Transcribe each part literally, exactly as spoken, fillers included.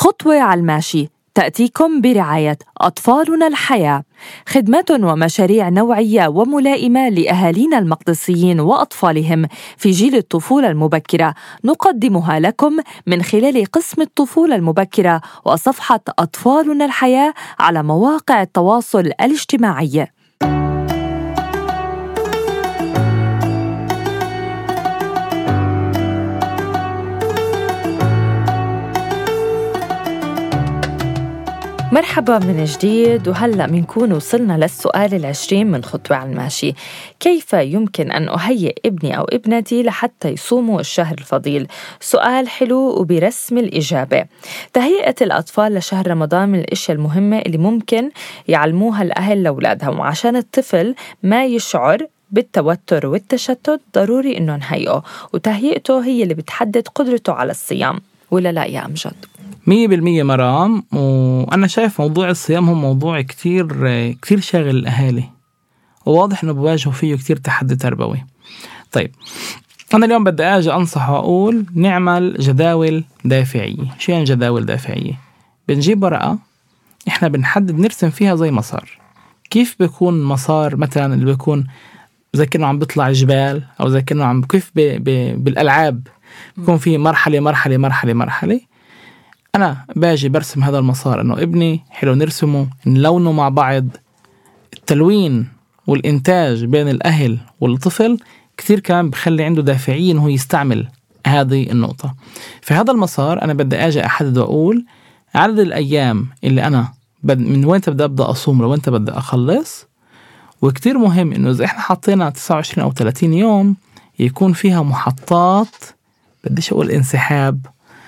خطوة على الماشي تأتيكم برعاية أطفالنا الحياة، خدمات ومشاريع نوعية وملائمة لأهالينا المقدسيين وأطفالهم في جيل الطفولة المبكرة، نقدمها لكم من خلال قسم الطفولة المبكرة وصفحة أطفالنا الحياة على مواقع التواصل الاجتماعي. مرحبا من جديد، وهلأ منكون وصلنا للسؤال العشرين من خطوة على الماشي. كيف يمكن أن أهيئ ابني أو ابنتي لحتى يصوموا الشهر الفضيل؟ سؤال حلو وبرسم الإجابة. تهيئة الأطفال لشهر رمضان من الأشياء المهمة اللي ممكن يعلموها الأهل لأولادهم، وعشان الطفل ما يشعر بالتوتر والتشتت ضروري إنه نهيئه، وتهيئته هي اللي بتحدد قدرته على الصيام، ولا لا يا أمجد؟ مية بالمية مرام. وأنا شايف موضوع الصيام هو موضوع كتير كتير شاغل الأهالي، وواضح أنه بواجهوا فيه كتير تحدي تربوي. طيب أنا اليوم بدي أجي أنصح وأقول نعمل جداول دافعية. شو يعني جداول دافعية؟ بنجيب ورقة إحنا بنحدد نرسم فيها زي مسار. كيف بيكون مسار مثلا اللي بيكون زي كأنه عم بيطلع جبال، أو زي كأنه عم كيف ب... ب... بالألعاب بيكون في مرحلة مرحلة مرحلة مرحلة. أنا باجي برسم هذا المسار إنه ابني حلو نرسمه نلونه مع بعض. التلوين والإنتاج بين الأهل والطفل كثير كمان بخلي عنده دافعية إنه يستعمل هذه النقطة. في هذا المسار أنا بدي أجي أحدد وأقول عدد الأيام اللي أنا بد من وين بدي أبدأ أصوم لوين بدي أخلص. وكتير مهم إنه إذا إحنا حطينا تسعة وعشرين أو ثلاثين يوم يكون فيها محطات، بديش أقول انسحاب،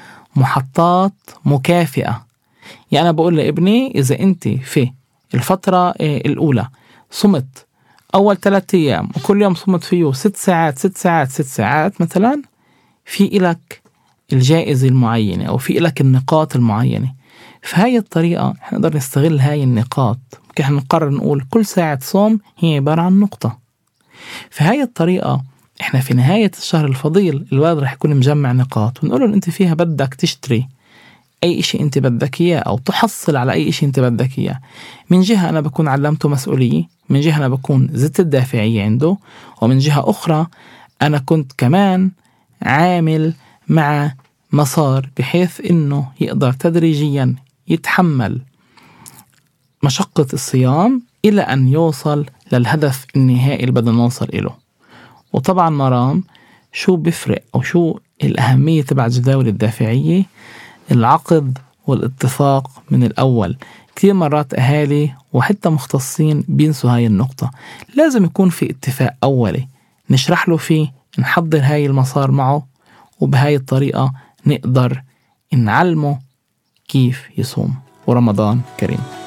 محطات مكافئة. يعني أنا بقول لابني إذا أنت في الفترة الأولى صمت أول ثلاثة أيام وكل يوم صمت فيه ست ساعات ست ساعات ست ساعات مثلا، في إلك الجائزة المعينة أو في إلك النقاط المعينة. فهاي الطريقة إحنا نقدر نستغل هاي النقاط. ممكن نقرر نقول كل ساعة صوم هي عبارة عن نقطة. فهاي الطريقة إحنا في نهاية الشهر الفضيل الولد رح يكون مجمع نقاط، ونقول له أنت فيها بدك تشتري أي إشي أنت بدك إياه أو تحصل على أي إشي أنت بدك إياه. من جهة أنا بكون علمته مسؤولية، من جهة أنا بكون زدت الدافعية عنده، ومن جهة أخرى أنا كنت كمان عامل مع مسار بحيث إنه يقدر تدريجيا يتحمل مشقة الصيام إلى أن يوصل للهدف النهائي اللي بدنا نوصل إله. وطبعا مرام شو بيفرق أو شو الأهمية تبع الجداول الدافعية؟ العقد والاتفاق من الأول. كثير مرات أهالي وحتى مختصين بينسوا هاي النقطة. لازم يكون في اتفاق أولي نشرح له فيه، نحضر هاي المسار معه، وبهاي الطريقة نقدر نعلمه كيف يصوم. ورمضان كريم.